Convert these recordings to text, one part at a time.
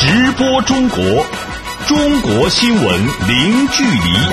直播中国，中国新闻零距离。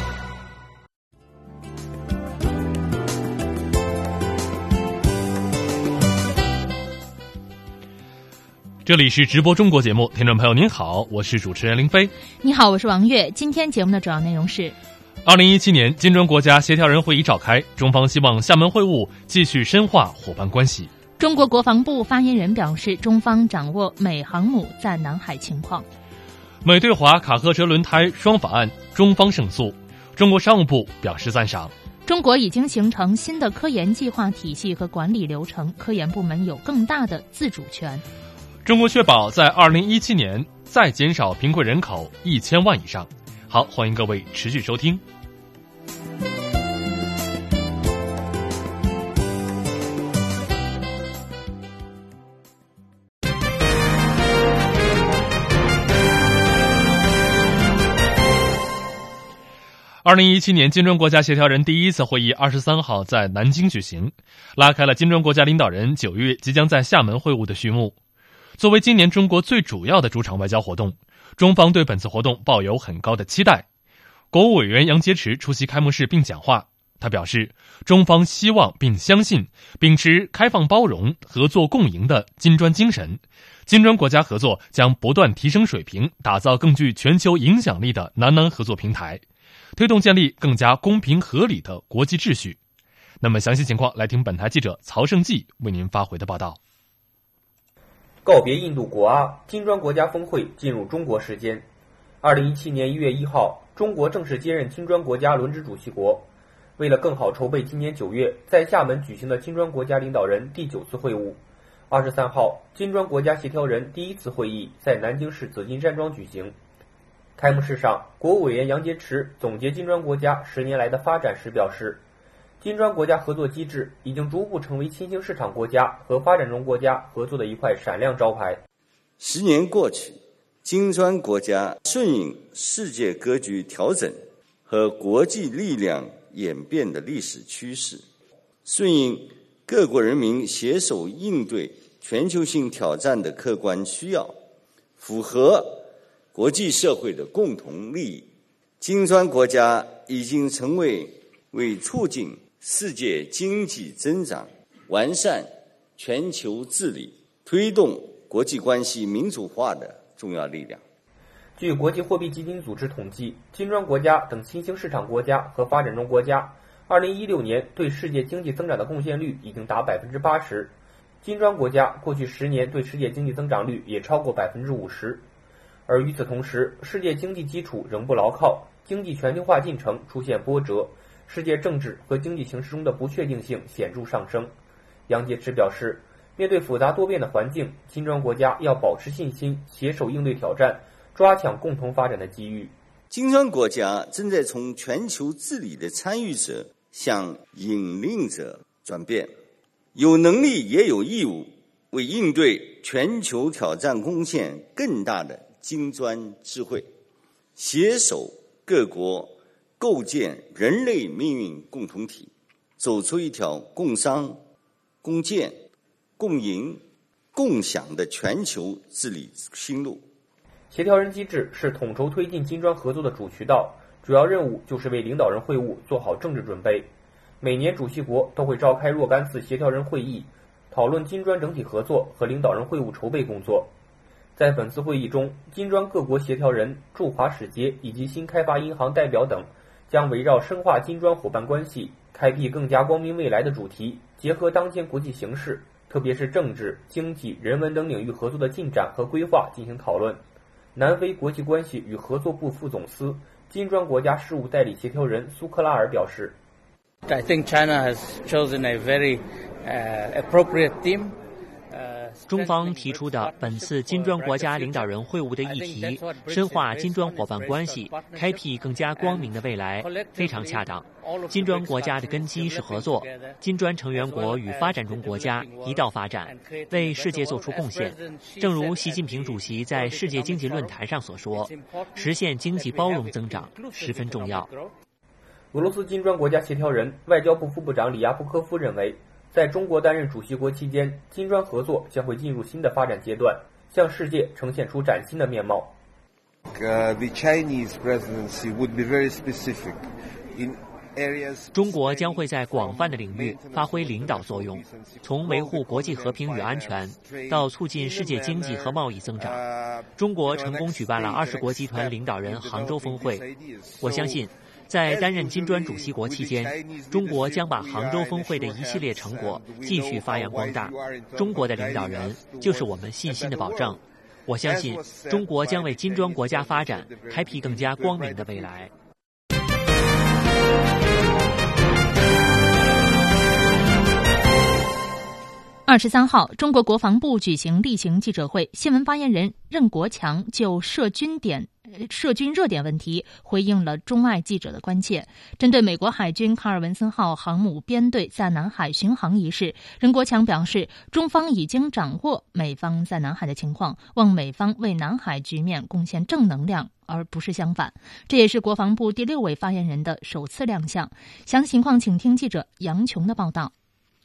这里是直播中国节目，听众朋友您好，我是主持人林飞。 你好，我是王悦。今天节目的主要内容是 ：2017年金砖国家协调人会议召开，中方希望厦门会晤继续深化伙伴关系。 中国国防部发言人表示，中方掌握美航母在南海情况。 美对华卡赫车轮胎双法案，中方胜诉，中国商务部表示赞赏。 中国已经形成新的科研计划体系和管理流程，科研部门有更大的自主权。 中国确保在2017年再减少贫困人口1000万以上。好，欢迎各位持续收听。2017年金砖国家协调人第一次会议23号在南京举行，拉开了金砖国家领导人9月即将在厦门会晤的序幕。作为今年中国最主要的主场外交活动，中方对本次活动抱有很高的期待。国务委员杨洁篪出席开幕式并讲话，他表示，中方希望并相信秉持开放包容、合作共赢的金砖精神，金砖国家合作将不断提升水平，打造更具全球影响力的南南合作平台，推动建立更加公平合理的国际秩序。那么详细情况来听本台记者曹胜记为您发回的报道。 告别印度国阿，金砖国家峰会进入中国时间。2017年1月1号，中国正式接任金砖国家轮值主席国。为了更好筹备今年9月在厦门举行的金砖国家领导人第9次会晤，23号，金砖国家协调人第一次会议在南京市紫金山庄举行。开幕式上，国务委员杨洁篪总结金砖国家10年来的发展时表示，金砖国家合作机制已经逐步成为新兴市场国家和发展中国家合作的一块闪亮招牌。 10年过去，金砖国家顺应世界格局调整和国际力量演变的历史趋势，顺应各国人民携手应对全球性挑战的客观需要，符合国际社会的共同利益。金砖国家已经成为促进世界经济增长、完善全球治理、推动国际关系民主化的重要力量。 据国际货币基金组织统计，金砖国家等新兴市场国家和发展中国家2016年对世界经济增长的贡献率已经达 80%， 金砖国家过去10年对世界经济增长率也超过 50%。 而与此同时，世界经济基础仍不牢靠，经济全球化进程出现波折，世界政治和经济形势中的不确定性显著上升。杨洁篪表示，面对复杂多变的环境，金砖国家要保持信心，携手应对挑战，抓抢共同发展的机遇。 金砖国家正在从全球治理的参与者向引领者转变，有能力也有义务为应对全球挑战贡献更大的金砖智慧，携手各国构建人类命运共同体，走出一条共商、共建、共赢、共享的全球治理新路。 协调人机制是统筹推进金砖合作的主渠道，主要任务就是为领导人会晤做好政治准备。每年主席国都会召开若干次协调人会议，讨论金砖整体合作和领导人会晤筹备工作。在本次会议中，金砖各国协调人、驻华使节以及新开发银行代表等将围绕深化金砖伙伴关系、开辟更加光明未来的主题，结合当前国际形势，特别是政治、经济、人文等领域合作的进展和规划进行讨论。南非国际关系与合作部副总司、金砖国家事务代理协调人苏克拉尔表示 I think China has chosen a very appropriate theme. 中方提出的本次金砖国家领导人会晤的议题，深化金砖伙伴关系，开辟更加光明的未来，非常恰当。金砖国家的根基是合作，金砖成员国与发展中国家一道发展，为世界做出贡献。正如习近平主席在世界经济论坛上所说，实现经济包容增长十分重要。 俄罗斯金砖国家协调人、外交部副部长里亚布科夫认为，在中国担任主席国期间，金砖合作将会进入新的发展阶段， 向世界呈现出崭新的面貌。 The Chinese presidency would be very specific in areas. 中国将会在广泛的领域发挥领导作用，从维护国际和平与安全到促进世界经济和贸易增长。中国成功举办了20国集团领导人杭州峰会，我相信在担任金砖主席国期间，中国将把杭州峰会的一系列成果继续发扬光大。中国的领导人就是我们信心的保障。我相信中国将为金砖国家发展开辟更加光明的未来。 23号，中国国防部举行例行记者会，新闻发言人任国强就涉军热点问题回应了中外记者的关切。针对美国海军卡尔文森号航母编队在南海巡航一事，任国强表示，中方已经掌握美方在南海的情况，望美方为南海局面贡献正能量，而不是相反。这也是国防部第6位发言人的首次亮相。详细情况请听记者杨琼的报道。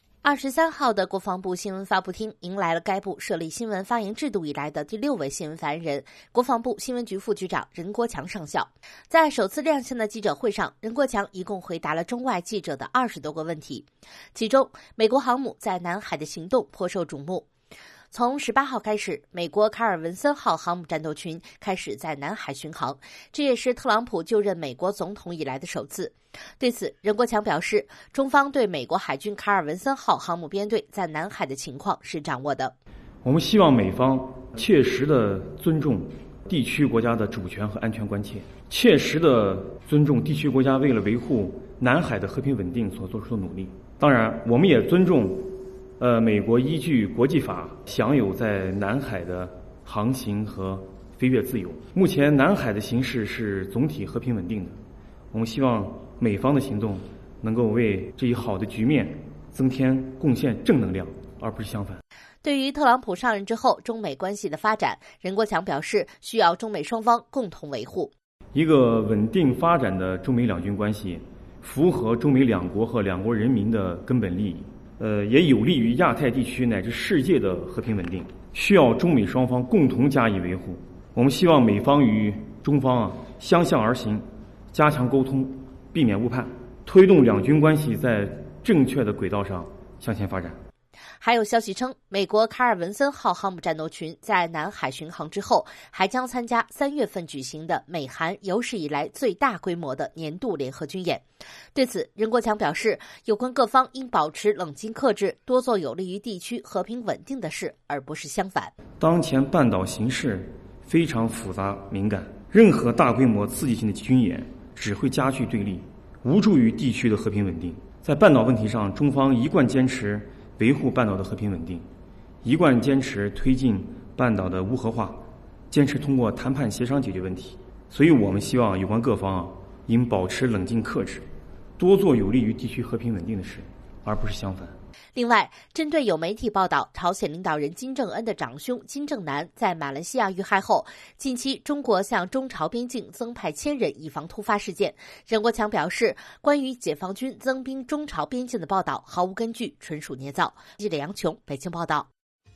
23号的国防部新闻发布厅迎来了该部设立新闻发言制度以来的第6位新闻发言人，国防部新闻局副局长任国强上校。在首次亮相的记者会上，任国强一共回答了中外记者的20多个问题，其中美国航母在南海的行动颇受瞩目。从18号开始，美国卡尔文森号航母战斗群开始在南海巡航，这也是特朗普就任美国总统以来的首次。对此，任国强表示，中方对美国海军卡尔文森号航母编队在南海的情况是掌握的。 我们希望美方切实地尊重地区国家的主权和安全关切，切实地尊重地区国家为了维护南海的和平稳定所做出的努力。当然，我们也尊重美国依据国际法享有在南海的航行和飞越自由。目前南海的形势是总体和平稳定的，我们希望美方的行动能够为这一好的局面贡献正能量，而不是相反。 对于特朗普上任之后中美关系的发展，任国强表示，需要中美双方共同维护一个稳定发展的中美两军关系，符合中美两国和两国人民的根本利益。也有利于亚太地区乃至世界的和平稳定，需要中美双方共同加以维护。我们希望美方与中方相向而行，加强沟通，避免误判，推动两军关系在正确的轨道上向前发展。 还有消息称，美国卡尔文森号航母战斗群在南海巡航之后，还将参加3月份举行的美韩有史以来最大规模的年度联合军演。对此，任国强表示，有关各方应保持冷静克制，多做有利于地区和平稳定的事，而不是相反。 当前半岛形势非常复杂敏感，任何大规模刺激性的军演只会加剧对立，无助于地区的和平稳定。在半岛问题上，中方一贯坚持维护半岛的和平稳定，一贯坚持推进半岛的无核化，坚持通过谈判协商解决问题。所以我们希望有关各方应保持冷静克制，多做有利于地区和平稳定的事，而不是相反。 另外，针对有媒体报道朝鲜领导人金正恩的长兄金正男在马来西亚遇害后，近期中国向中朝边境增派1000人以防突发事件，任国强表示，关于解放军增兵中朝边境的报道毫无根据，纯属捏造。记者杨琼北京报道。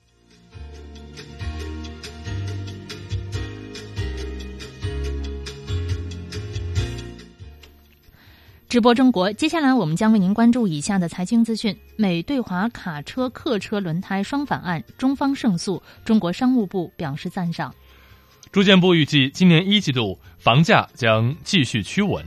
直播中国，接下来我们将为您关注以下的财经资讯：美对华卡车、客车轮胎双反案，中方胜诉，中国商务部表示赞赏。 住建部预计今年1季度房价将继续趋稳。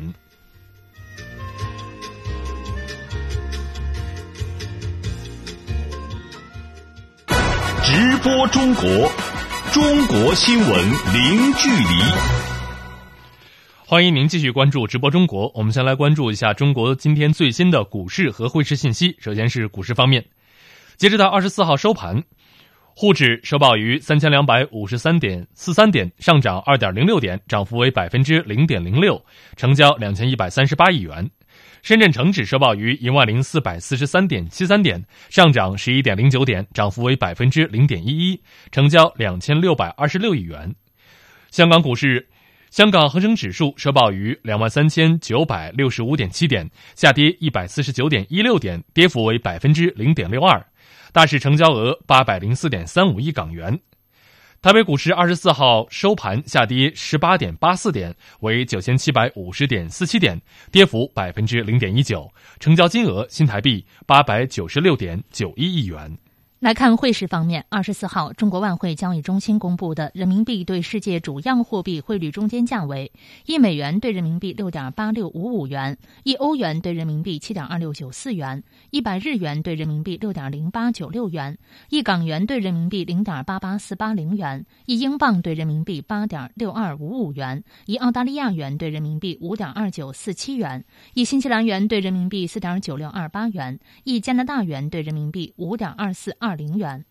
直播中国，中国新闻零距离。 欢迎您继续关注直播中国，我们先来关注一下中国今天最新的股市和汇市信息。首先是股市方面，截止到24号收盘，沪指收报于3253.43点，上涨2.06点，涨幅为 0.06%， 成交2138亿元。深圳成指收报于10443.73点，上涨11.09点，涨幅为 0.11%， 成交2626亿元。香港股市，香港恒生指数收报于23965.7点，下跌149.16点，跌幅为 0.62%， 大市成交额804.35亿港元。 台北股市24号收盘下跌18.84点，为9750.47点，跌幅0.19%，成交金额新台币896.91亿元。 来看汇市方面，24号中国外汇交易中心公布的人民币对世界主要货币汇率中间价为1美元对人民币6.8655元，1欧元对人民币7.2694元，100日元对人民币6.0896元，1港元对人民币0.88480元，1英镑对人民币8.6255元，1澳大利亚元对人民币5.2947元，1新西兰元对人民币4.9628元，1加拿大元对人民币5.2420元。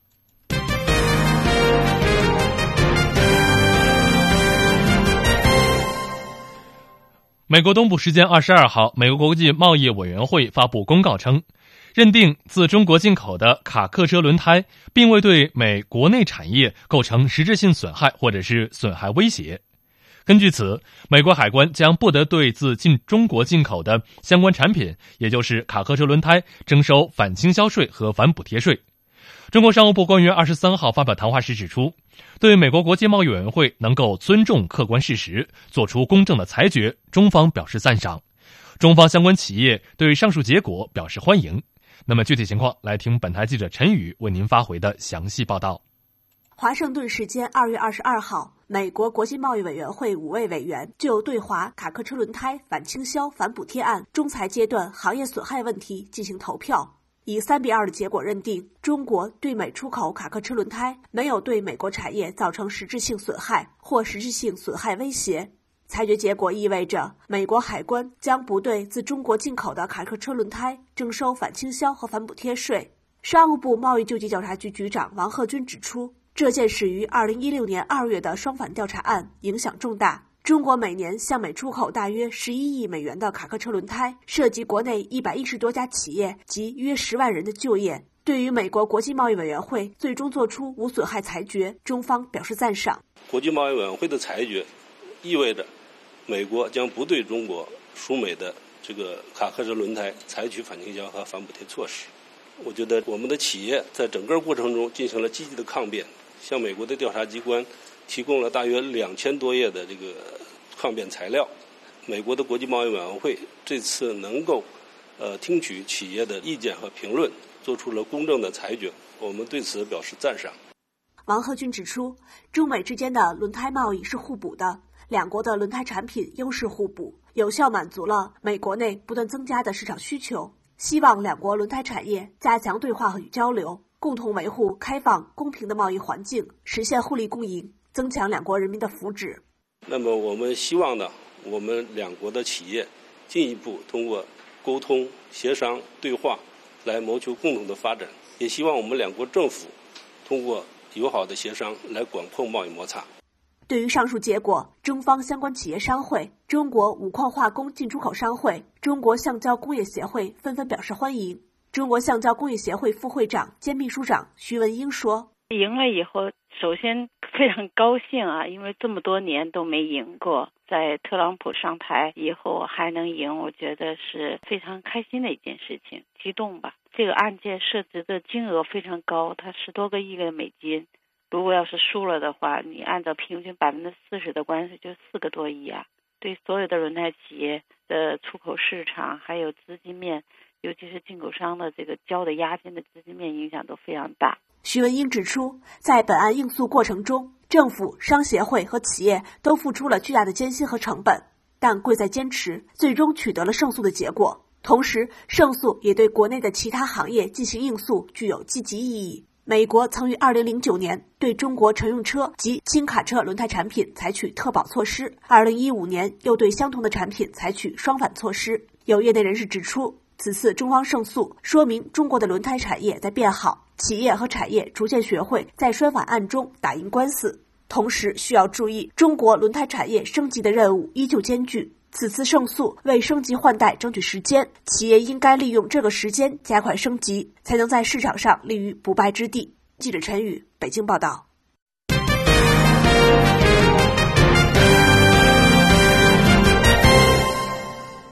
美国东部时间22号，美国国际贸易委员会发布公告称，认定自中国进口的卡客车轮胎并未对美国内产业构成实质性损害或者是损害威胁。根据此，美国海关将不得对自中国进口的相关产品，也就是卡客车轮胎，征收反倾销税和反补贴税。中国商务部官员23号发表谈话时指出，对美国国际贸易委员会能够尊重客观事实，做出公正的裁决，中方表示赞赏。中方相关企业对上述结果表示欢迎。那么具体情况，来听本台记者陈宇为您发回的详细报道。 华盛顿时间2月22号，美国国际贸易委员会5位委员就对华卡客车轮胎反倾销反补贴案中裁阶段行业损害问题进行投票，以3-2的结果认定，中国对美出口卡客车轮胎没有对美国产业造成实质性损害或实质性损害威胁。裁决结果意味着，美国海关将不对自中国进口的卡客车轮胎征收反倾销和反补贴税。商务部贸易救济调查局局长王鹤军指出，这件始于2016年2月的双反调查案影响重大。中国每年向美出口大约11亿美元的卡客车轮胎，涉及国内110多家企业及约10万人的就业。对于美国国际贸易委员会最终作出无损害裁决，中方表示赞赏。 国际贸易委员会的裁决意味着美国将不对中国输美的这个卡客车轮胎采取反倾销和反补贴措施。我觉得我们的企业在整个过程中进行了积极的抗辩，向美国的调查机关提供了大约2000多页的这个抗辩材料。美国的国际贸易委员会这次能够听取企业的意见和评论，做出了公正的裁决，我们对此表示赞赏。 王鹤军指出，中美之间的轮胎贸易是互补的，两国的轮胎产品优势互补，有效满足了美国内不断增加的市场需求。希望两国轮胎产业加强对话和交流，共同维护开放公平的贸易环境，实现互利共赢，增强两国人民的福祉。 那么我们希望呢，我们两国的企业进一步通过沟通、协商、对话来谋求共同的发展，也希望我们两国政府通过友好的协商来广破贸易摩擦。 对于上述结果，中方相关企业商会、中国五矿化工进出口商会、中国橡胶工业协会纷纷表示欢迎。中国橡胶工业协会副会长兼秘书长徐文英说， 赢了以后首先非常高兴啊，因为这么多年都没赢过，在特朗普上台以后还能赢，我觉得是非常开心的一件事情，激动吧。这个案件涉及的金额非常高，它10多个亿的美金，如果要是输了的话，你按照平均40%的关税就4个多亿啊，对所有的轮胎企业的出口市场还有资金面，尤其是进口商的这个交的押金的资金面影响都非常大。 徐文英指出，在本案应诉过程中，政府、商协会和企业都付出了巨大的艰辛和成本，但贵在坚持，最终取得了胜诉的结果。同时，胜诉也对国内的其他行业进行应诉具有积极意义。美国曾于2009年对中国乘用车及轻卡车轮胎产品采取特保措施，2015年又对相同的产品采取双反措施。有业内人士指出，此次中方胜诉说明中国的轮胎产业在变好，企业和产业逐渐学会在双反案中打赢官司。同时需要注意，中国轮胎产业升级的任务依旧艰巨，此次胜诉为升级换代争取时间，企业应该利用这个时间加快升级，才能在市场上立于不败之地。记者陈宇，北京报道。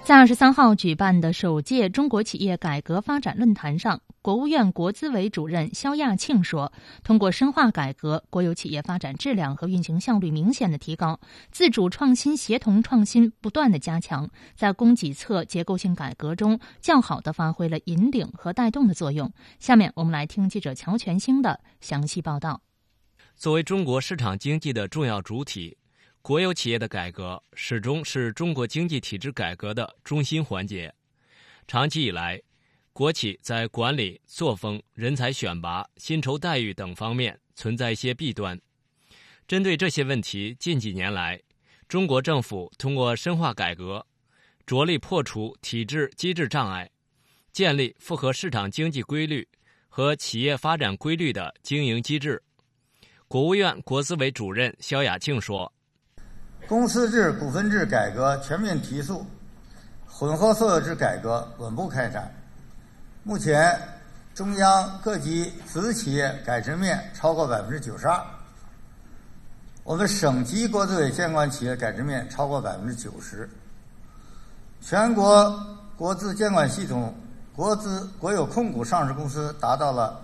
在23号举办的首届中国企业改革发展论坛上，国务院国资委主任肖亚庆说，通过深化改革，国有企业发展质量和运行效率明显的提高，自主创新、协同创新不断的加强，在供给侧结构性改革中较好的发挥了引领和带动的作用。下面我们来听记者乔全兴的详细报道。 作为中国市场经济的重要主体，国有企业的改革始终是中国经济体制改革的中心环节。长期以来，国企在管理、作风、人才选拔、薪酬待遇等方面存在一些弊端。针对这些问题，近几年来，中国政府通过深化改革，着力破除体制机制障碍，建立符合市场经济规律和企业发展规律的经营机制。国务院国资委主任肖亚庆说， 公司制、股份制改革全面提速，混合所有制改革稳步开展。目前，中央各级子企业改制面超过92%，我们省级国资委监管企业改制面超过90%，全国国资监管系统国有控股上市公司达到了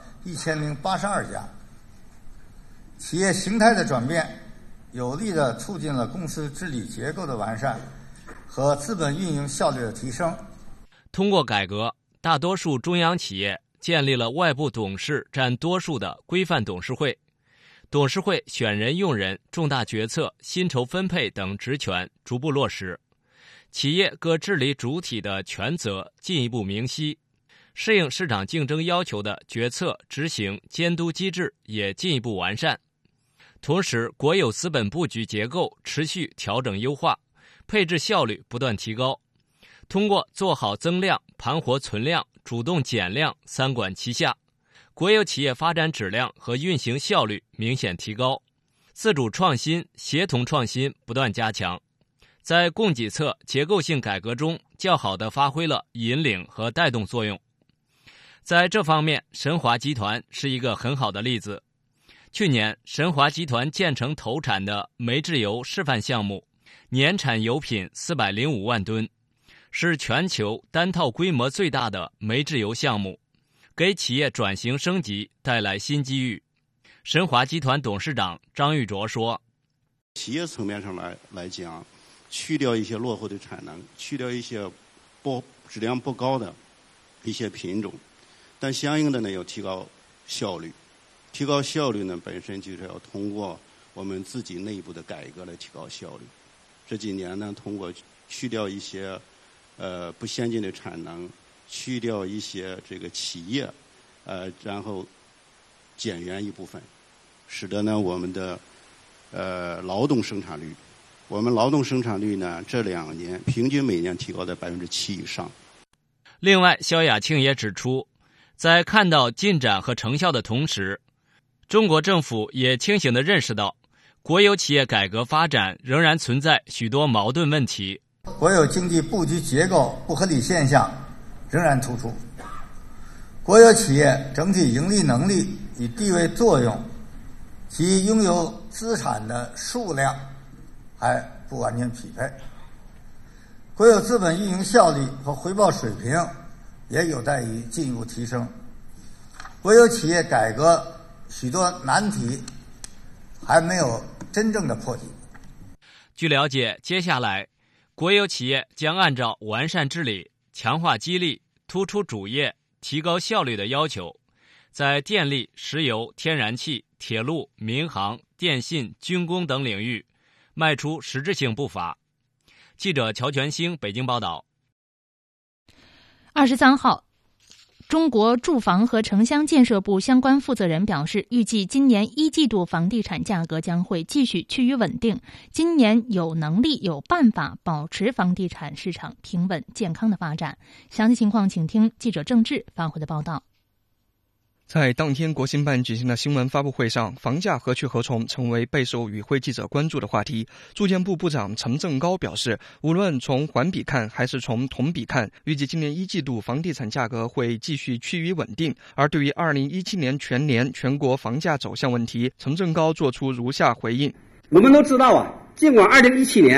1082家。企业形态的转变，有力地促进了公司治理结构的完善和资本运营效率的提升。 通过改革，大多数中央企业建立了外部董事占多数的规范董事会，董事会选人用人、重大决策、薪酬分配等职权逐步落实，企业各治理主体的权责进一步明晰，适应市场竞争要求的决策、执行、监督机制也进一步完善。同时，国有资本布局结构持续调整优化，配置效率不断提高。通过做好增量、盘活存量、主动减量三管齐下，国有企业发展质量和运行效率明显提高，自主创新、协同创新不断加强，在供给侧结构性改革中较好地发挥了引领和带动作用。在这方面，神华集团是一个很好的例子。去年，神华集团建成投产的煤制油示范项目，年产油品405万吨，是全球单套规模最大的煤制油项目，给企业转型升级带来新机遇。神华集团董事长张玉卓说， 企业层面上来讲，去掉一些落后的产能，去掉一些质量不高的一些品种，但相应的呢，要提高效率。提高效率呢，本身就是要通过我们自己内部的改革来提高效率。这几年呢，通过去掉一些不先进的产能，去掉一些这个企业，然后减员一部分，使得呢我们的劳动生产率，呢这2年平均每年提高在7%以上。 另外，肖亚庆也指出，在看到进展和成效的同时，中国政府也清醒地认识到，国有企业改革发展仍然存在许多矛盾问题， 国有经济布局结构不合理现象仍然突出，国有企业整体盈利能力与地位作用及拥有资产的数量还不完全匹配，国有资本运营效率和回报水平也有待于进一步提升，国有企业改革许多难题还没有真正的破解。 据了解，接下来国有企业将按照完善治理、强化激励、突出主业、提高效率的要求，在电力、石油、天然气、铁路、民航、电信、军工等领域迈出实质性步伐。记者乔全兴北京报道。 23号，中国住房和城乡建设部相关负责人表示，预计今年1季度房地产价格将会继续趋于稳定，今年有能力有办法保持房地产市场平稳健康的发展。详细情况请听记者郑智发回的报道。 在当天国新办举行的新闻发布会上，房价何去何从成为备受与会记者关注的话题。住建部部长陈正高表示，无论从环比看还是从同比看，预计今年1季度房地产价格会继续趋于稳定。而对于2017年全年全国房价走向问题，陈正高作出如下回应。 我们都知道啊，尽管2017年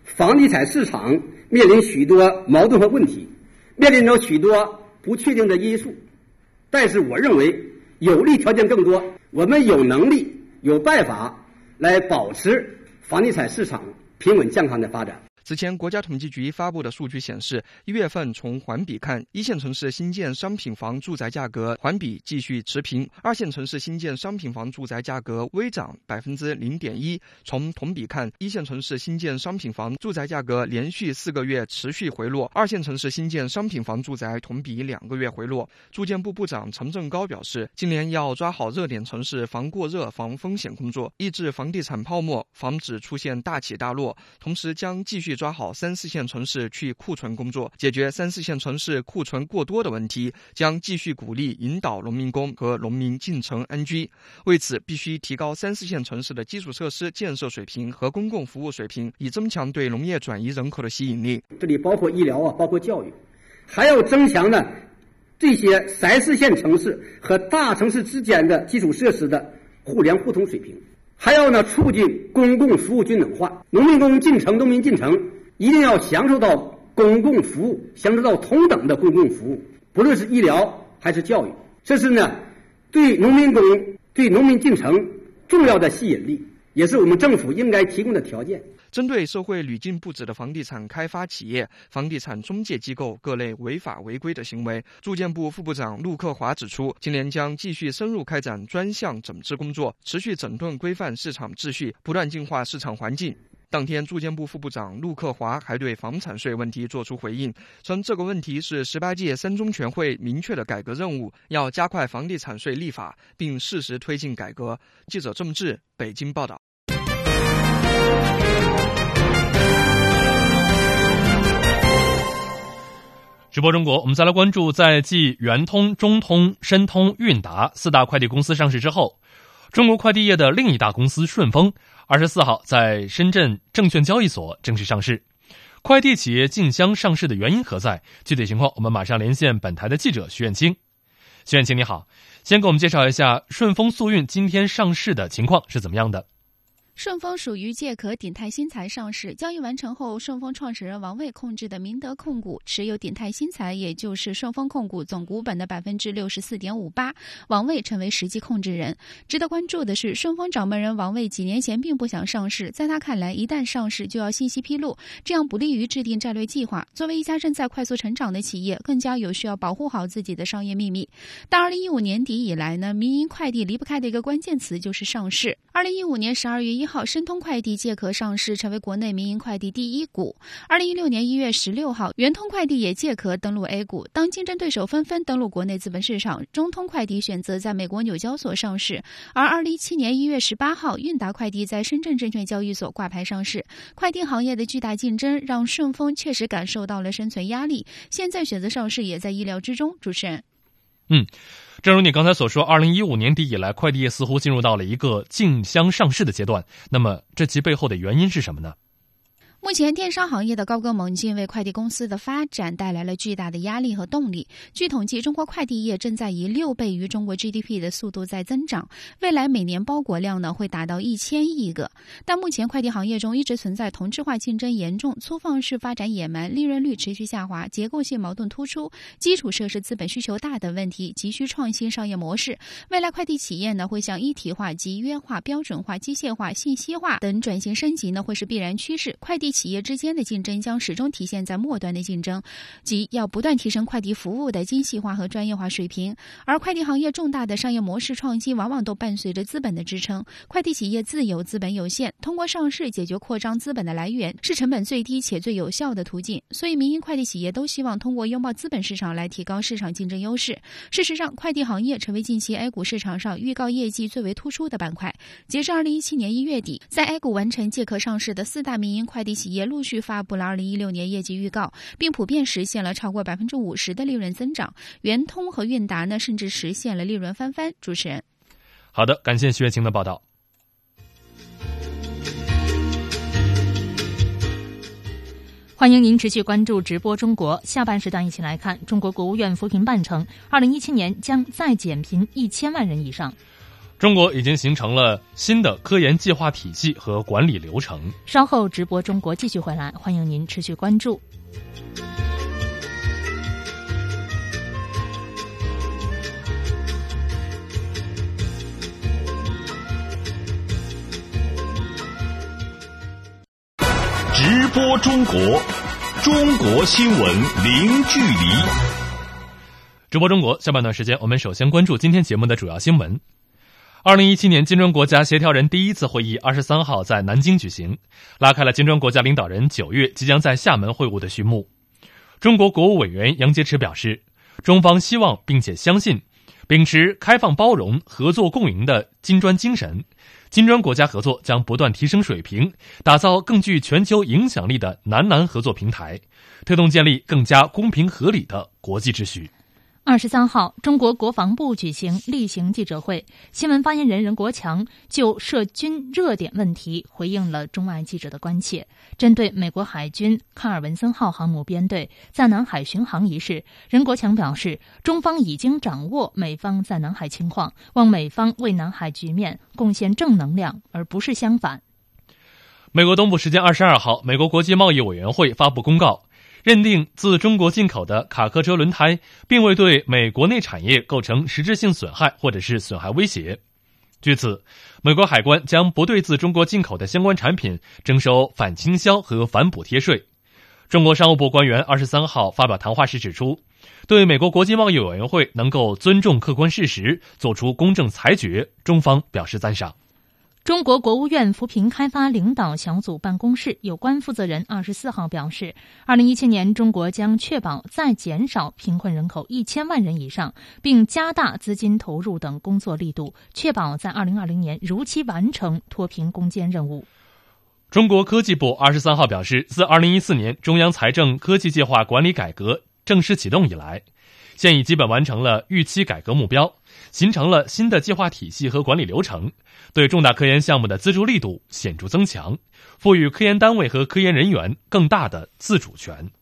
房地产市场面临许多矛盾和问题，面临着许多不确定的因素，但是我认为有利条件更多，我们有能力有办法来保持房地产市场平稳健康的发展。 此前，国家统计局发布的数据显示，1月份从环比看，一线城市新建商品房住宅价格环比继续持平，2线城市新建商品房住宅价格微涨0.1%。从同比看，一线城市新建商品房住宅价格连续4个月持续回落，2线城市新建商品房住宅同比2个月回落。住建部部长陈正高表示，今年要抓好热点城市防过热、防风险工作，抑制房地产泡沫，防止出现大起大落，同时将继续抓好3、4线城市去库存工作，解决3、4线城市库存过多的问题，将继续鼓励引导农民工和农民进城安居。为此，必须提高3、4线城市的基础设施建设水平和公共服务水平，以增强对农业转移人口的吸引力。 这里包括医疗包括教育，还要增强呢这些3、4线城市和大城市之间的基础设施的互联互通水平。还要呢促进公共服务均等化，农民工进城，农民进城一定要享受到公共服务，享受到同等的公共服务，不论是医疗还是教育，这是呢对农民工、对农民进城重要的吸引力，也是我们政府应该提供的条件。 针对社会屡禁不止的房地产开发企业、房地产中介机构各类违法违规的行为，住建部副部长陆克华指出，今年将继续深入开展专项整治工作，持续整顿规范市场秩序，不断净化市场环境。当天，住建部副部长陆克华还对房产税问题作出回应，称这个问题是18届3中全会明确的改革任务，要加快房地产税立法，并适时推进改革。记者郑志北京报道。 直播中国，我们再来关注，在继圆通、中通、申通、韵达4大快递公司上市之后，中国快递业的另一大公司顺丰24号在深圳证券交易所正式上市。快递企业竞相上市的原因何在？具体情况我们马上连线本台的记者徐远清。徐远清你好，先给我们介绍一下顺丰速运今天上市的情况是怎么样的？ 顺丰属于借壳鼎泰新材上市，交易完成后，顺丰创始人王卫控制的明德控股持有鼎泰新材，也就是顺丰控股总股本的64.58%，王卫成为实际控制人。值得关注的是，顺丰掌门人王卫几年前并不想上市，在他看来，一旦上市就要信息披露，这样不利于制定战略计划。作为一家正在快速成长的企业，更加有需要保护好自己的商业秘密。但2015年底以来呢，民营快递离不开的一个关键词就是上市。2015年12月1号，申通快递借壳上市，成为国内民营快递第一股。2016年1月16号，圆通快递也借壳登陆 A 股。当竞争对手纷纷登陆国内资本市场，中通快递选择在美国纽交所上市。而2017年1月18号，韵达快递在深圳证券交易所挂牌上市。快递行业的巨大竞争让顺丰确实感受到了生存压力，现在选择上市也在意料之中。主持人。 正如你刚才所说，2015年底以来，快递业似乎进入到了一个竞相上市的阶段。那么，这其背后的原因是什么呢？ 目前电商行业的高歌猛进为快递公司的发展带来了巨大的压力和动力。据统计，中国快递业正在以6倍于中国 GDP 的速度在增长，未来每年包裹量呢会达到1000亿个。但目前快递行业中一直存在同质化竞争严重、粗放式发展野蛮、利润率持续下滑、结构性矛盾突出、基础设施资本需求大等问题，急需创新商业模式。未来快递企业呢会向一体化、集约化、标准化、机械化、信息化等转型升级呢会是必然趋势。快递企业之间的竞争将始终体现在末端的竞争，即要不断提升快递服务的精细化和专业化水平。而快递行业重大的商业模式创新往往都伴随着资本的支撑。快递企业自有资本有限，通过上市解决扩张资本的来源是成本最低且最有效的途径。所以民营快递企业都希望通过拥抱资本市场来提高市场竞争优势。事实上，快递行业成为近期 A 股市场上预告业绩最为突出的板块。截至2017年1月底，在 A 股完成借壳上市的4大民营快递企业陆续发布了2016年业绩预告，并普遍实现了超过50%的利润增长。圆通和韵达呢，甚至实现了利润翻番。主持人， 好的，感谢徐月清的报道。 欢迎您持续关注直播中国。下半时段一起来看，中国国务院扶贫办称，2017年将再减贫1000万人以上。 中国已经形成了新的科研计划体系和管理流程。 稍后直播中国继续回来，欢迎您持续关注。 直播中国，中国新闻零距离。 直播中国下半段时间，我们首先关注今天节目的主要新闻。2017年金砖国家协调人第一次会议23号在南京举行，拉开了金砖国家领导人9月即将在厦门会晤的序幕。中国国务委员杨洁篪表示，中方希望并且相信，秉持开放包容、合作共赢的金砖精神，金砖国家合作将不断提升水平，打造更具全球影响力的南合作平台，推动建立更加公平合理的国际秩序。 23号，中国国防部举行例行记者会，新闻发言人任国强就涉军热点问题回应了中外记者的关切。针对美国海军卡尔文森号航母编队在南海巡航一事，任国强表示，中方已经掌握美方在南海情况，望美方为南海局面贡献正能量，而不是相反。 美国东部时间22号，美国国际贸易委员会发布公告，认定自中国进口的卡客车轮胎并未对美国内产业构成实质性损害或者是损害威胁。据此，美国海关将不对自中国进口的相关产品征收反倾销和反补贴税。中国商务部官员23号发表谈话时指出，对美国国际贸易委员会能够尊重客观事实，做出公正裁决，中方表示赞赏。 中国国务院扶贫开发领导小组办公室有关负责人24号表示，2017年中国将确保再减少贫困人口1000万人以上，并加大资金投入等工作力度，确保在2020年如期完成脱贫攻坚任务。 中国科技部23号表示，自2014年中央财政科技计划管理改革正式启动以来，现已基本完成了预期改革目标，形成了新的计划体系和管理流程，对重大科研项目的资助力度显著增强，赋予科研单位和科研人员更大的自主权。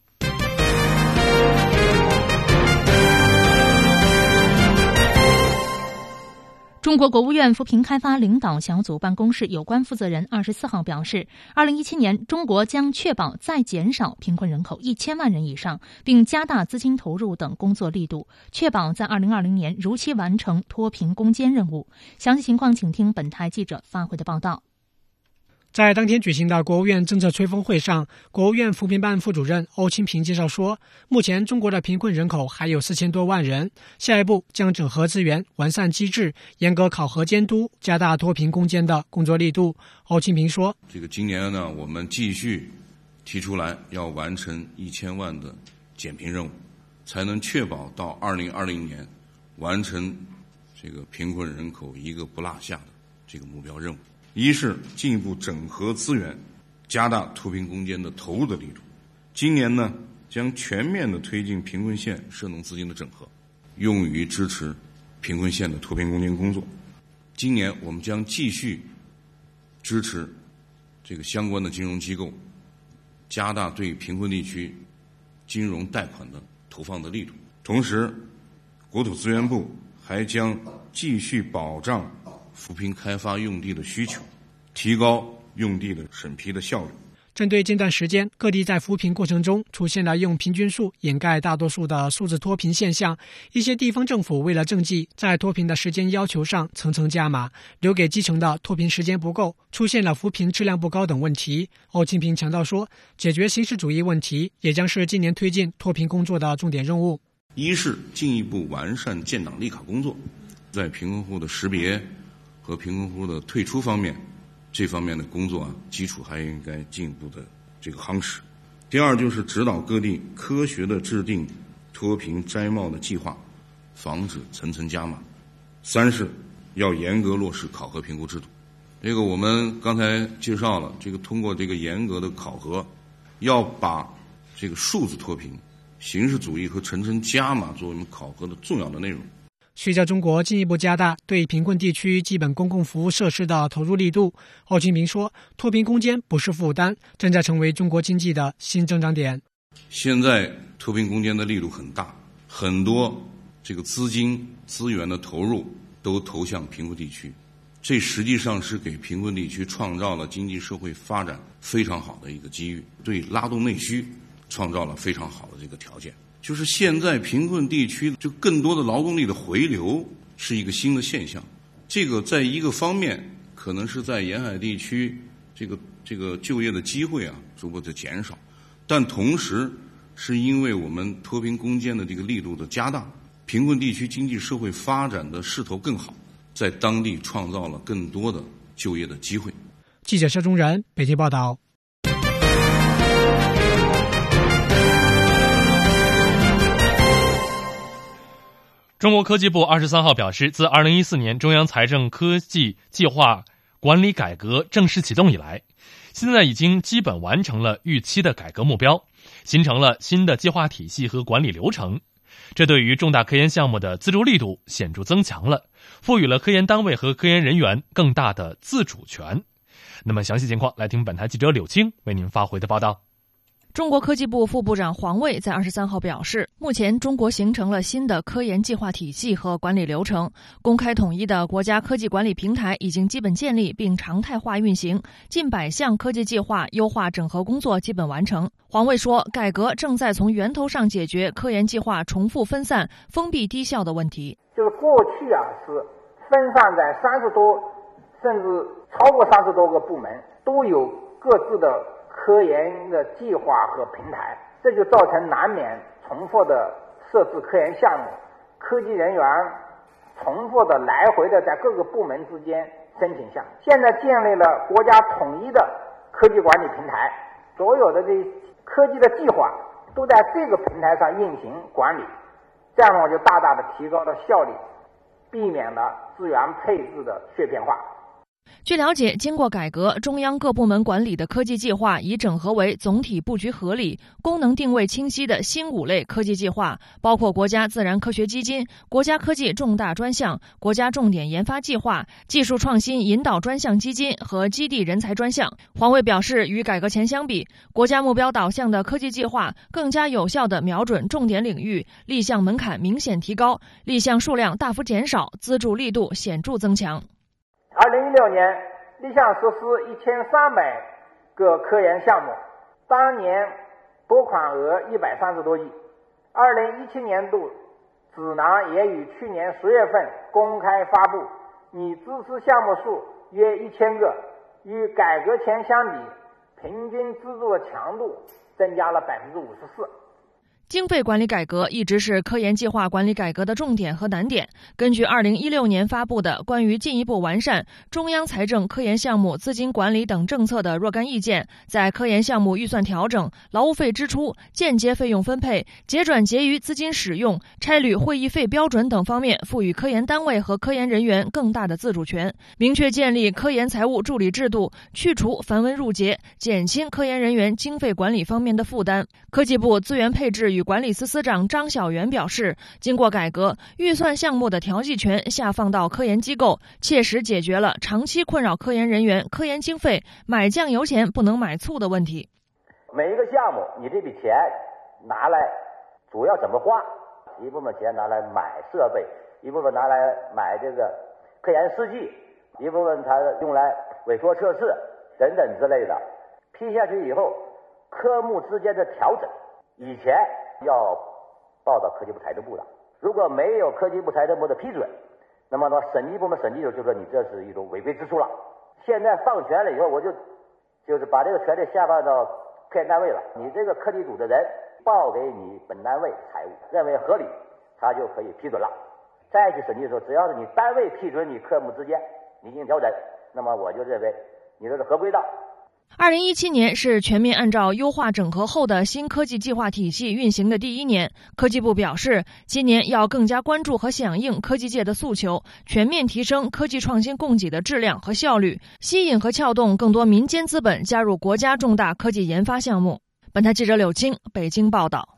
中国国务院扶贫开发领导小组办公室有关负责人24号表示，2017年中国将确保再减少贫困人口1000万人以上，并加大资金投入等工作力度，确保在2020年如期完成脱贫攻坚任务。详细情况请听本台记者发回的报道。 在当天举行的国务院政策吹风会上，国务院扶贫办副主任欧清平介绍说，目前中国的贫困人口还有4000多万人，下一步将整合资源、完善机制，严格考核监督，加大脱贫攻坚的工作力度。欧清平说， 今年呢，我们继续提出来要完成1000万的减贫任务，才能确保到2020年完成贫困人口一个不落下的目标任务。一是进一步整合资源，加大脱贫攻坚的投入的力度。今年呢，将全面的推进贫困县涉农资金的整合，用于支持贫困县的脱贫攻坚工作。今年我们将继续支持相关的金融机构，加大对贫困地区金融贷款的投放的力度。同时，国土资源部还将继续保障扶贫开发用地的需求，提高用地的审批的效率。 针对近段时间各地在扶贫过程中出现了用平均数掩盖大多数的数字脱贫现象，一些地方政府为了政绩，在脱贫的时间要求上层层加码，留给基层的脱贫时间不够，出现了扶贫质量不高等问题。欧清平强调说，解决形式主义问题也将是今年推进脱贫工作的重点任务。 一是进一步完善建档立卡工作，在贫困户的识别和贫困户的退出方面，这方面的工作基础还应该进一步的夯实。第二就是指导各地科学的制定脱贫摘帽的计划，防止层层加码。三是要严格落实考核评估制度。我们刚才介绍了，通过严格的考核，要把数字脱贫、形式主义和层层加码作为我们考核的重要的内容。 随着中国进一步加大对贫困地区基本公共服务设施的投入力度，欧清平说，脱贫攻坚不是负担，正在成为中国经济的新增长点。 现在脱贫攻坚的力度很大，很多资金资源的投入都投向贫困地区，这实际上是给贫困地区创造了经济社会发展非常好的一个机遇，对拉动内需创造了非常好的这个条件。就是现在贫困地区就更多的劳动力的回流是一个新的现象，这个在一个方面可能是在沿海地区这个就业的机会啊逐步的减少，但同时是因为我们脱贫攻坚的这个力度的加大，贫困地区经济社会发展的势头更好，在当地创造了更多的就业的机会。 记者佘中仁北京报道。 中国科技部23号表示，自2014年中央财政科技计划管理改革正式启动以来，现在已经基本完成了预期的改革目标，形成了新的计划体系和管理流程。这对于重大科研项目的资助力度显著增强了，赋予了科研单位和科研人员更大的自主权。那么详细情况来听本台记者柳青为您发回的报道。 中国科技部副部长黄卫在23号表示，目前中国形成了新的科研计划体系和管理流程，公开统一的国家科技管理平台已经基本建立并常态化运行，近100项科技计划优化整合工作基本完成。黄卫说，改革正在从源头上解决科研计划重复分散、封闭低效的问题。 就是过去是分散在30多甚至超过30多个部门，都有各自的科研的计划和平台，这就造成难免重复的设置科研项目，科技人员重复的来回的在各个部门之间申请项目。现在建立了国家统一的科技管理平台，所有的这科技的计划都在这个平台上运行管理，这样的话就大大的提高了效率，避免了资源配置的碎片化。 据了解，经过改革，中央各部门管理的科技计划已整合为总体布局合理、功能定位清晰的新5类科技计划，包括国家自然科学基金、国家科技重大专项、国家重点研发计划、技术创新引导专项基金和基地人才专项。黄卫表示，与改革前相比，国家目标导向的科技计划更加有效地瞄准重点领域，立项门槛明显提高，立项数量大幅减少，资助力度显著增强。 2016年立项实施1300个科研项目，当年拨款额130多亿。2017年度指南也于去年10月份公开发布，拟支持项目数约1000个，与改革前相比，平均资助的强度增加了54%。 经费管理改革一直是科研计划管理改革的重点和难点。根据2016年发布的关于进一步完善中央财政科研项目资金管理等政策的若干意见，在科研项目预算调整、劳务费支出、间接费用分配、节转结余资金使用、差旅会议费标准等方面，赋予科研单位和科研人员更大的自主权，明确建立科研财务助理制度，去除繁文缛节，减轻科研人员经费管理方面的负担。科技部资源配置与管理司司长张晓元表示，经过改革，预算项目的调剂权下放到科研机构，切实解决了长期困扰科研人员科研经费买酱油钱不能买醋的问题。 每一个项目你这笔钱拿来主要怎么花，一部分钱拿来买设备，一部分拿来买这个科研试剂，一部分它用来委托测试等等之类的。批下去以后，科目之间的调整以前要报到科技部财政部的，如果没有科技部财政部的批准，那么呢审计部门审计就说你这是一种违规支出了。现在放权了以后，我就是把这个权利下放到科研单位了，你这个课题组的人报给你本单位财务，认为合理，他就可以批准了。再去审计的时候，只要是你单位批准你科目之间你进行调整，那么我就认为你这是合规的。 2017年是全面按照优化整合后的新科技计划体系运行的第1年。科技部表示，今年要更加关注和响应科技界的诉求，全面提升科技创新供给的质量和效率，吸引和撬动更多民间资本加入国家重大科技研发项目。本台记者柳青北京报道。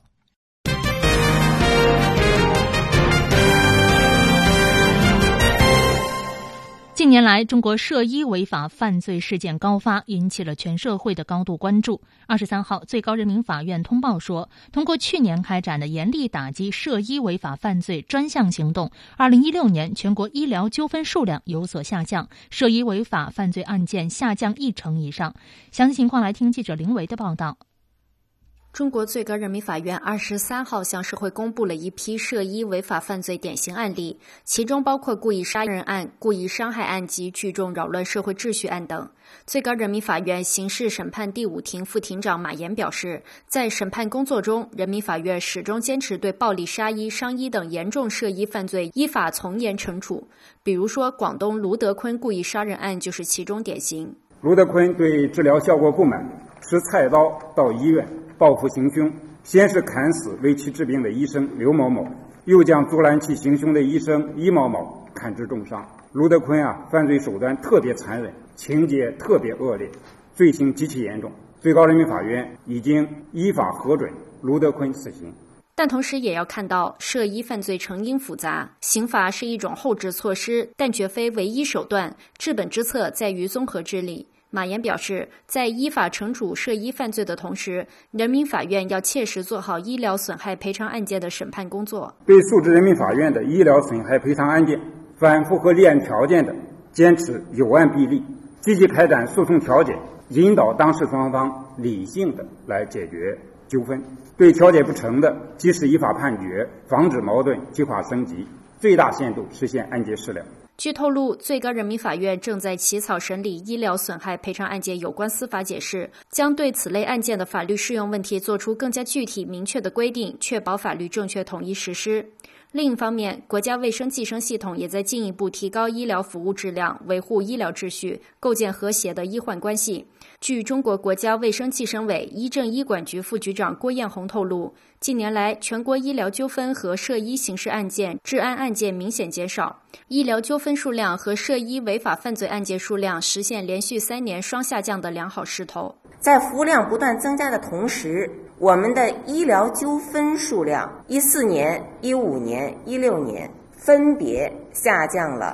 近年来，中国涉医违法犯罪事件高发，引起了全社会的高度关注。23号，最高人民法院通报说，通过去年开展的严厉打击涉医违法犯罪专项行动，2016年全国医疗纠纷数量有所下降，涉医违法犯罪案件下降1成以上。详细情况来听记者林维的报道。 中国最高人民法院23号向社会公布了一批涉医违法犯罪典型案例，其中包括故意杀人案、故意伤害案及聚众扰乱社会秩序案等。最高人民法院刑事审判第5庭副庭长马岩表示，在审判工作中，人民法院始终坚持对暴力杀医、伤医等严重涉医犯罪依法从严惩处。比如说，广东卢德坤故意杀人案就是其中典型。 卢德坤对治疗效果不满，持菜刀到医院报复行凶，先是砍死为其治病的医生刘某某，又将阻拦其行凶的医生伊某某砍致重伤。卢德坤犯罪手段特别残忍，情节特别恶劣，罪行极其严重。最高人民法院已经依法核准卢德坤死刑。 但同时也要看到，涉医犯罪成因复杂，刑罚是一种后置措施，但绝非唯一手段，治本之策在于综合治理。马岩表示，在依法惩处涉医犯罪的同时，人民法院要切实做好医疗损害赔偿案件的审判工作。 对诉至人民法院的医疗损害赔偿案件，凡符合立案条件的，坚持有案必立，积极开展诉讼调解，引导当事双方理性的来解决纠纷。对调解不成的，及时依法判决，防止矛盾激化升级，最大限度实现案件释了。 据透露，最高人民法院正在起草审理医疗损害赔偿案件有关司法解释，将对此类案件的法律适用问题作出更加具体明确的规定，确保法律正确统一实施。另一方面，国家卫生计生系统也在进一步提高医疗服务质量，维护医疗秩序，构建和谐的医患关系。据中国国家卫生计生委医政医管局副局长郭艳红透露，近年来全国医疗纠纷和涉医刑事案件、治安案件明显减少，医疗纠纷数量和涉医违法犯罪案件数量实现连续3年双下降的良好势头。 在服务量不断增加的同时，我们的医疗纠纷数量14年、15年、16年分别下降了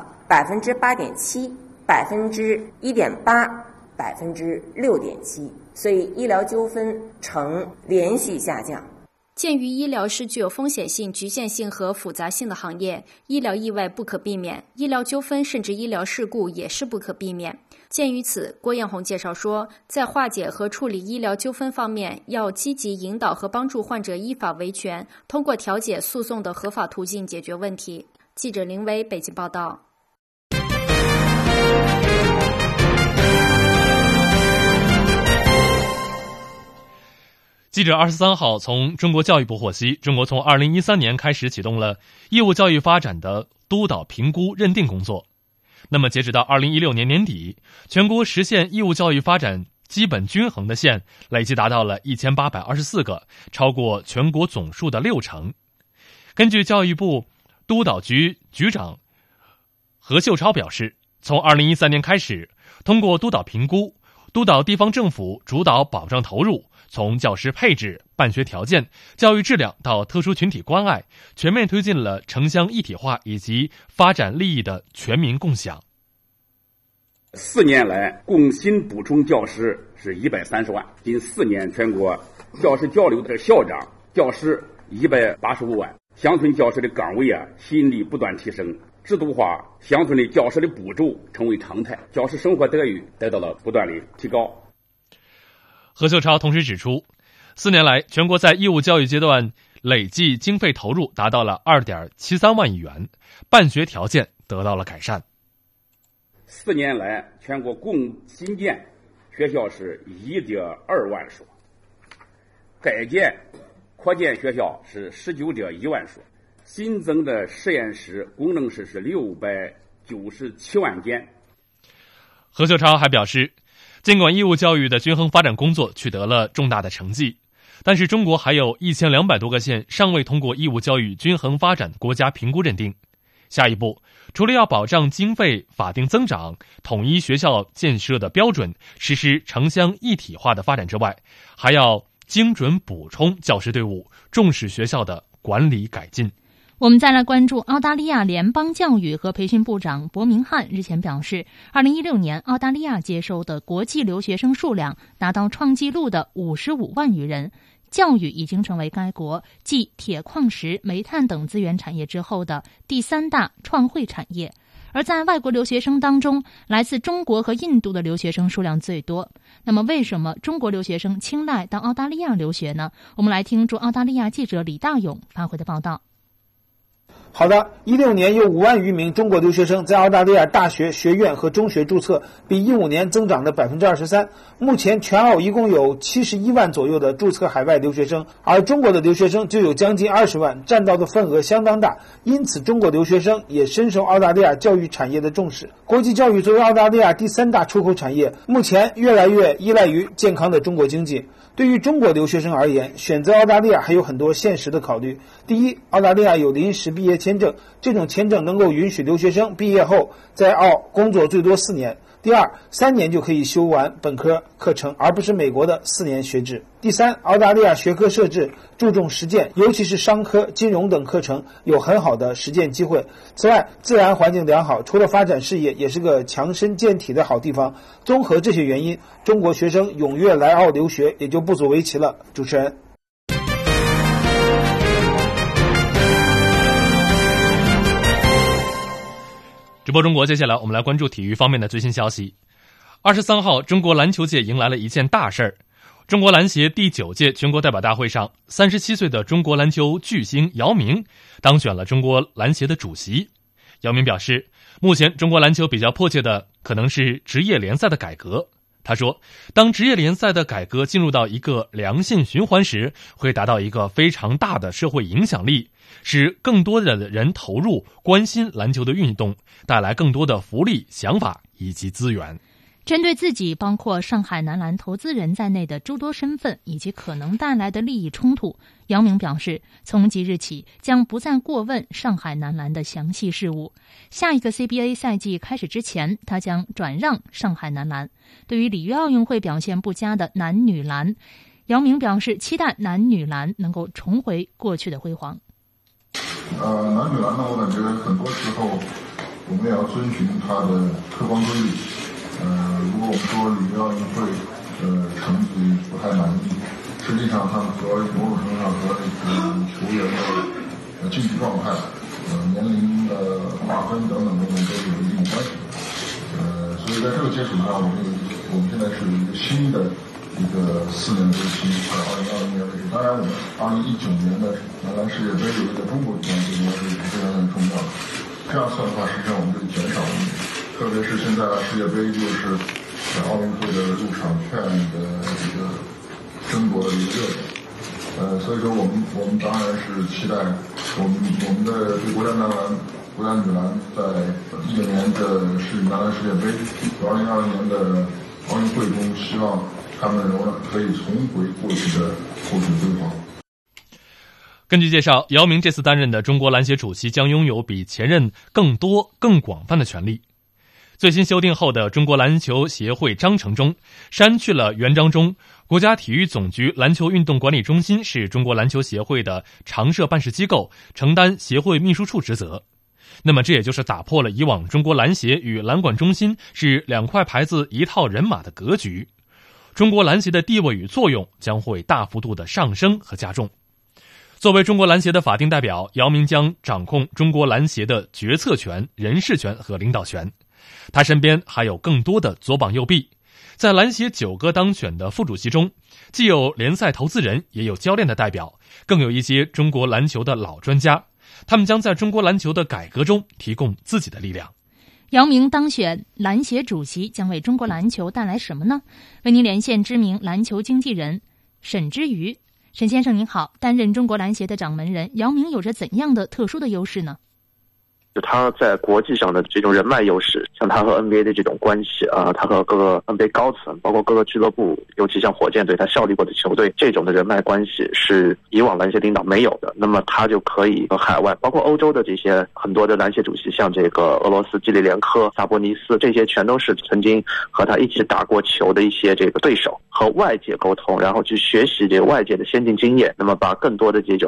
8.7%、1.8%、6.7%，所以医疗纠纷呈连续下降。 鉴于医疗是具有风险性、局限性和复杂性的行业，医疗意外不可避免，医疗纠纷甚至医疗事故也是不可避免。鉴于此，郭艳红介绍说，在化解和处理医疗纠纷方面，要积极引导和帮助患者依法维权，通过调解诉讼的合法途径解决问题。记者林维北京报道。 记者23号从中国教育部获悉，中国从2013年开始启动了义务教育发展的督导评估认定工作。那么截止到2016年年底，全国实现义务教育发展基本均衡的县累计达到了1824个，超过全国总数的60%。根据教育部督导局局长何秀超表示，从2013年开始，通过督导评估，督导地方政府主导保障投入，从教师配置、办学条件、教育质量到特殊群体关爱，全面推进了城乡一体化以及发展利益的全民共享。 4年来，共新补充教师是130万，近4年全国教师交流的校长、教师185万，乡村教师的岗位吸引力不断提升，制度化乡村的教师的补助成为常态，教师生活待遇得到了不断的提高。 何秀超同时指出，4年来，全国在义务教育阶段累计经费投入达到了2.73万亿元，办学条件得到了改善。 4年来，全国共新建学校是1.2万所，改建扩建学校是19.1万所，新增的实验室、工程师是697万间。 何秀超还表示，尽管义务教育的均衡发展工作取得了重大的成绩，但是中国还有1200多个县尚未通过义务教育均衡发展国家评估认定。下一步，除了要保障经费法定增长、统一学校建设的标准、实施城乡一体化的发展之外，还要精准补充教师队伍，重视学校的管理改进。 我们再来关注澳大利亚联邦教育和培训部长伯明翰日前表示，2016年澳大利亚接收的国际留学生数量达到创纪录的55万余人，教育已经成为该国继铁矿石、煤炭等资源产业之后的第3大创汇产业。而在外国留学生当中，来自中国和印度的留学生数量最多。那么为什么中国留学生青睐到澳大利亚留学呢？我们来听驻澳大利亚记者李大勇发回的报道。 好的，16年有5万余名中国留学生在澳大利亚大学、学院和中学注册，比15年增长了 23%。目前全澳一共有71万左右的注册海外留学生，而中国的留学生就有将近20万，占到的份额相当大。因此，中国留学生也深受澳大利亚教育产业的重视。国际教育作为澳大利亚第3大出口产业，目前越来越依赖于健康的中国经济。对于中国留学生而言，选择澳大利亚还有很多现实的考虑。第一，澳大利亚有临时毕业签证，这种签证能够允许留学生毕业后在澳工作最多4年。第二，3年就可以修完本科课程，而不是美国的4年学制。第三，澳大利亚学科设置注重实践，尤其是商科、金融等课程有很好的实践机会。此外，自然环境良好，除了发展事业，也是个强身健体的好地方。综合这些原因，中国学生踊跃来澳留学也就不足为奇了。主持人。 直播中国，接下来我们来关注体育方面的最新消息。23号，中国篮球界迎来了一件大事儿。中国篮协第9届全国代表大会上，37岁的中国篮球巨星姚明当选了中国篮协的主席。姚明表示，目前中国篮球比较迫切的可能是职业联赛的改革。他说，当职业联赛的改革进入到一个良性循环时，会达到一个非常大的社会影响力，使更多的人投入关心篮球的运动，带来更多的福利、想法以及资源。 针对自己包括上海男篮投资人在内的诸多身份以及可能带来的利益冲突，姚明表示，从即日起将不再过问上海男篮的详细事务。下一个 CBA 赛季开始之前，他将转让上海男篮。对于里约奥运会表现不佳的男女篮，姚明表示期待男女篮能够重回过去的辉煌。 男女篮呢，我感觉很多时候我们也要遵循它的客观规律。如果我们说里约奥运会成绩不太满意，实际上它和某种程度上和球员的竞技状态、年龄的划分等等都是有一定关系的。所以在这个基础上，我们现在是一个新的一个4年周期，到2020年为止。当然，我们2019年的男篮世界杯有一个中国主办，这个是非常重要的。这样算的话，实际上我们就减少了。特别是现在世界杯又是奥运会的入场券的这个争夺的一个热点，所以说我们当然是期待我们的对国家男篮、国家女篮在19年的男篮世界杯和2022年的奥运会中，希望他们仍然可以重回过去的辉煌。 根据介绍，姚明这次担任的中国篮协主席将拥有比前任更多、更广泛的权利。最新修订后的中国篮球协会章程中删去了原章中国家体育总局篮球运动管理中心是中国篮球协会的常设办事机构，承担协会秘书处职责。那么这也就是打破了以往中国篮协与篮管中心是2块牌子一套人马的格局。中国篮协的地位与作用将会大幅度的上升和加重。作为中国篮协的法定代表，姚明将掌控中国篮协的决策权、人事权和领导权。他身边还有更多的左膀右臂，在篮协9个当选的副主席中，既有联赛投资人，也有教练的代表，更有一些中国篮球的老专家，他们将在中国篮球的改革中提供自己的力量。 姚明当选篮协主席将为中国篮球带来什么呢？为您连线知名篮球经纪人沈之瑜。沈先生您好，担任中国篮协的掌门人，姚明有着怎样的特殊的优势呢？ 就他在国际上的这种人脉优势，像他和 NBA 的这种关系啊，他和各个 NBA 高层，包括各个俱乐部，尤其像火箭队他效力过的球队，这种的人脉关系是以往篮协领导没有的。那么他就可以和海外，包括欧洲的这些很多的篮协主席，像这个俄罗斯基里连科、萨博尼斯，这些全都是曾经和他一起打过球的一些这个对手，和外界沟通，然后去学习这个外界的先进经验，那么把更多的这种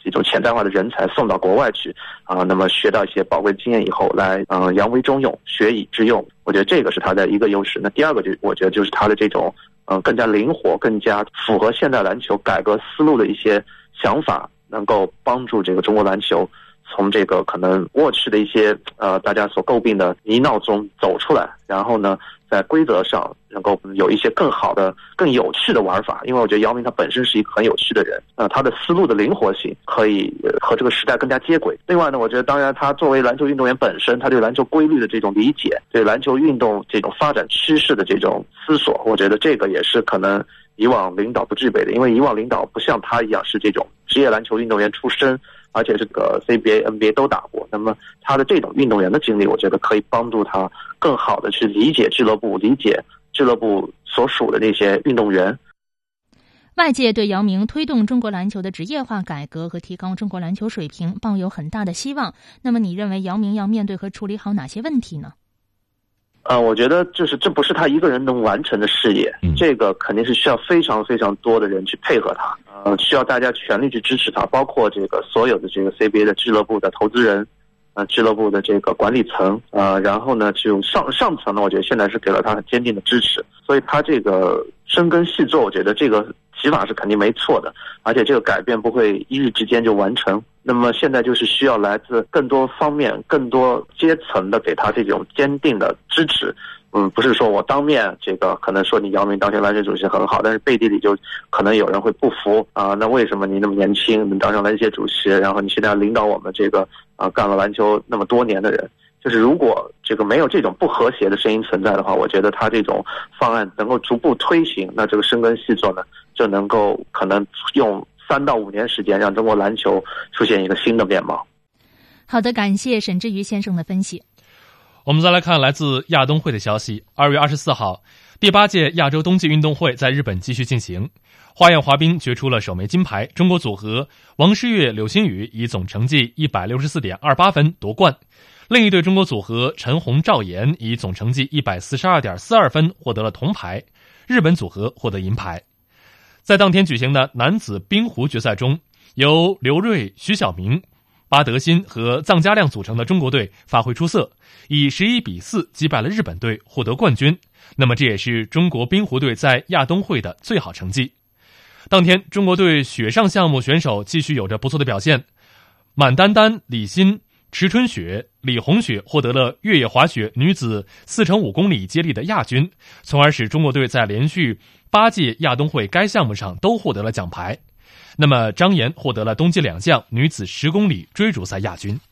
这种潜在化的人才送到国外去那么学到一些宝贵的经验以后来扬为中用，学以致用。我觉得这个是它的一个优势。那第二个我觉得就是它的这种更加灵活、更加符合现代篮球改革思路的一些想法，能够帮助这个中国篮球从这个可能过去的一些大家所诟病的泥淖中走出来，然后呢在规则上能够有一些更好的更有趣的玩法。因为我觉得姚明他本身是一个很有趣的人，他的思路的灵活性可以和这个时代更加接轨。另外呢，我觉得当然他作为篮球运动员本身，他对篮球规律的这种理解，对篮球运动这种发展趋势的这种思索，我觉得这个也是可能以往领导不具备的。因为以往领导不像他一样是这种职业篮球运动员出身，而且这个 CBA、NBA 都打过，那么他的这种运动员的经历，我觉得可以帮助他更好的去理解俱乐部，理解俱乐部所属的那些运动员。 外界对姚明推动中国篮球的职业化改革和提高中国篮球水平抱有很大的希望。那么你认为姚明要面对和处理好哪些问题呢？ 我觉得就是这不是他一个人能完成的事业，这个肯定是需要非常非常多的人去配合他，需要大家全力去支持他，包括这个所有的这个 CBA 的俱乐部的投资人，俱乐部的这个管理层，然后呢，就上层呢，我觉得现在是给了他很坚定的支持，所以他这个深耕细作，我觉得这个起法是肯定没错的，而且这个改变不会一日之间就完成。那么现在就是需要来自更多方面、更多阶层的给他这种坚定的支持。不是说我当面这个可能说你姚明当选篮协主席很好，但是背地里就可能有人会不服那为什么你那么年轻能当上篮协主席，然后你现在领导我们这个干了篮球那么多年的人。就是如果这个没有这种不和谐的声音存在的话，我觉得他这种方案能够逐步推行，那这个深耕细作呢就能够可能用3到5年时间让中国篮球出现一个新的面貌。 好的，感谢沈志瑜先生的分析。 我们再来看来自亚冬会的消息。2月24号，第8届亚洲冬季运动会在日本继续进行。花样滑冰决出了首枚金牌，中国组合王诗玥、柳星宇以总成绩 164.28 分夺冠。另一对中国组合陈红、赵岩以总成绩 142.42 分获得了铜牌，日本组合获得银牌。在当天举行的男子冰壶决赛中，由刘瑞、徐晓明、巴德新和臧嘉亮组成的中国队发挥出色，以11-4击败了日本队，获得冠军。那么这也是中国冰壶队在亚冬会的最好成绩。当天中国队雪上项目选手继续有着不错的表现，满丹丹、李欣、池春雪、李红雪获得了越野滑雪女子4×5公里接力的亚军，从而使中国队在连续8届亚冬会该项目上都获得了奖牌。那么张岩获得了冬季2项女子10公里追逐赛亚军。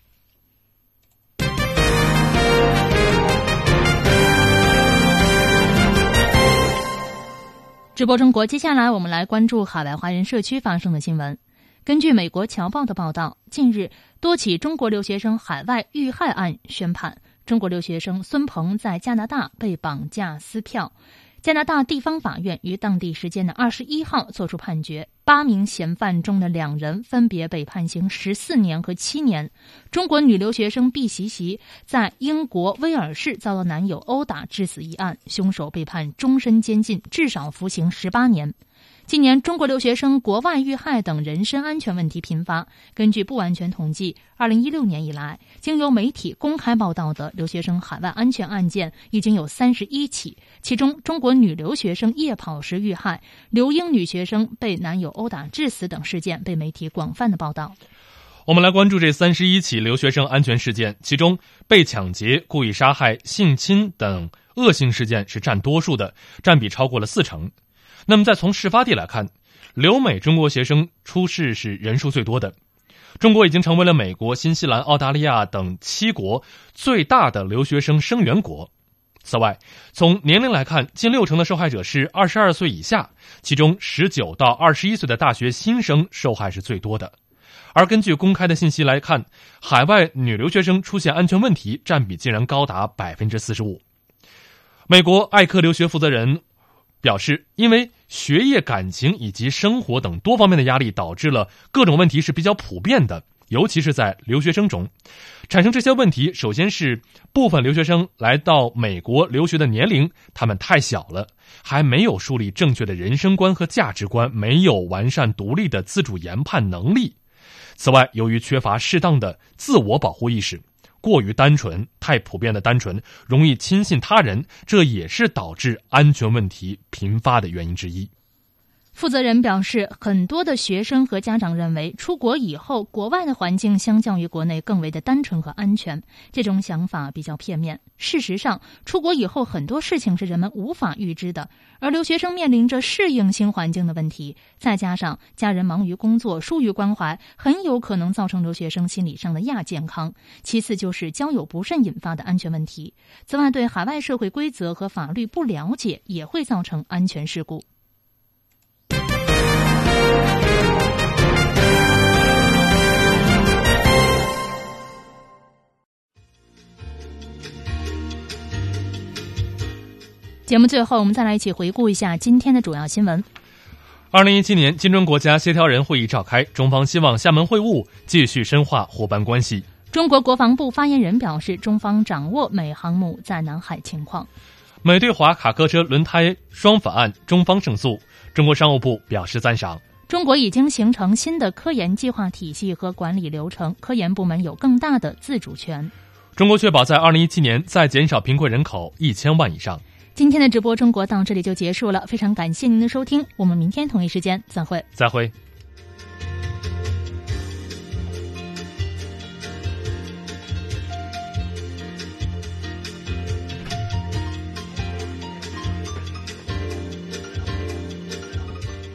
直播中国，接下来我们来关注海外华人社区发生的新闻。根据美国侨报的报道，近日多起中国留学生海外遇害案宣判，中国留学生孙鹏在加拿大被绑架撕票。加拿大地方法院于当地时间的21号作出判决，8名嫌犯中的2人分别被判刑14年和7年。中国女留学生毕习习在英国威尔士遭到男友殴打致死一案，凶手被判终身监禁，至少服刑18年。今年中国留学生国外遇害等人身安全问题频发。根据不完全统计，2016年以来，经由媒体公开报道的留学生海外安全案件已经有31起，其中中国女留学生夜跑时遇害、留英女学生被男友殴打致死等事件被媒体广泛的报道。 我们来关注这31起留学生安全事件，其中被抢劫、故意杀害、性侵等恶性事件是占多数的，占比超过了40%。那么再从事发地来看，留美中国学生出事是人数最多的。中国已经成为了美国、新西兰、澳大利亚等7国最大的留学生生源国。此外，从年龄来看，近60%的受害者是22岁以下，其中19到21岁的大学新生受害是最多的。而根据公开的信息来看，海外女留学生出现安全问题占比竟然高达 45%。美国艾科留学负责人表示，因为学业、感情以及生活等多方面的压力，导致了各种问题是比较普遍的，尤其是在留学生中。产生这些问题，首先是部分留学生来到美国留学的年龄他们太小了，还没有树立正确的人生观和价值观，没有完善独立的自主研判能力。 此外，由于缺乏适当的自我保护意识，过于单纯、太普遍的单纯，容易轻信他人，这也是导致安全问题频发的原因之一。 负责人表示，很多的学生和家长认为，出国以后，国外的环境相较于国内更为的单纯和安全。这种想法比较片面。事实上，出国以后很多事情是人们无法预知的，而留学生面临着适应新环境的问题，再加上家人忙于工作、疏于关怀，很有可能造成留学生心理上的亚健康。其次就是交友不慎引发的安全问题。此外，对海外社会规则和法律不了解，也会造成安全事故。节目最后，我们再来一起回顾一下今天的主要新闻。 2017年金砖国家协调人会议召开，中方希望厦门会晤继续深化伙伴关系。 中国国防部发言人表示，中方掌握美航母在南海情况。 美对华卡客车轮胎双反案，中方胜诉，中国商务部表示赞赏。 中国已经形成新的科研计划体系和管理流程，科研部门有更大的自主权。 中国确保在2017年再减少贫困人口1000万以上。 今天的直播中国到这里就结束了，非常感谢您的收听，我们明天同一时间再会。 再会。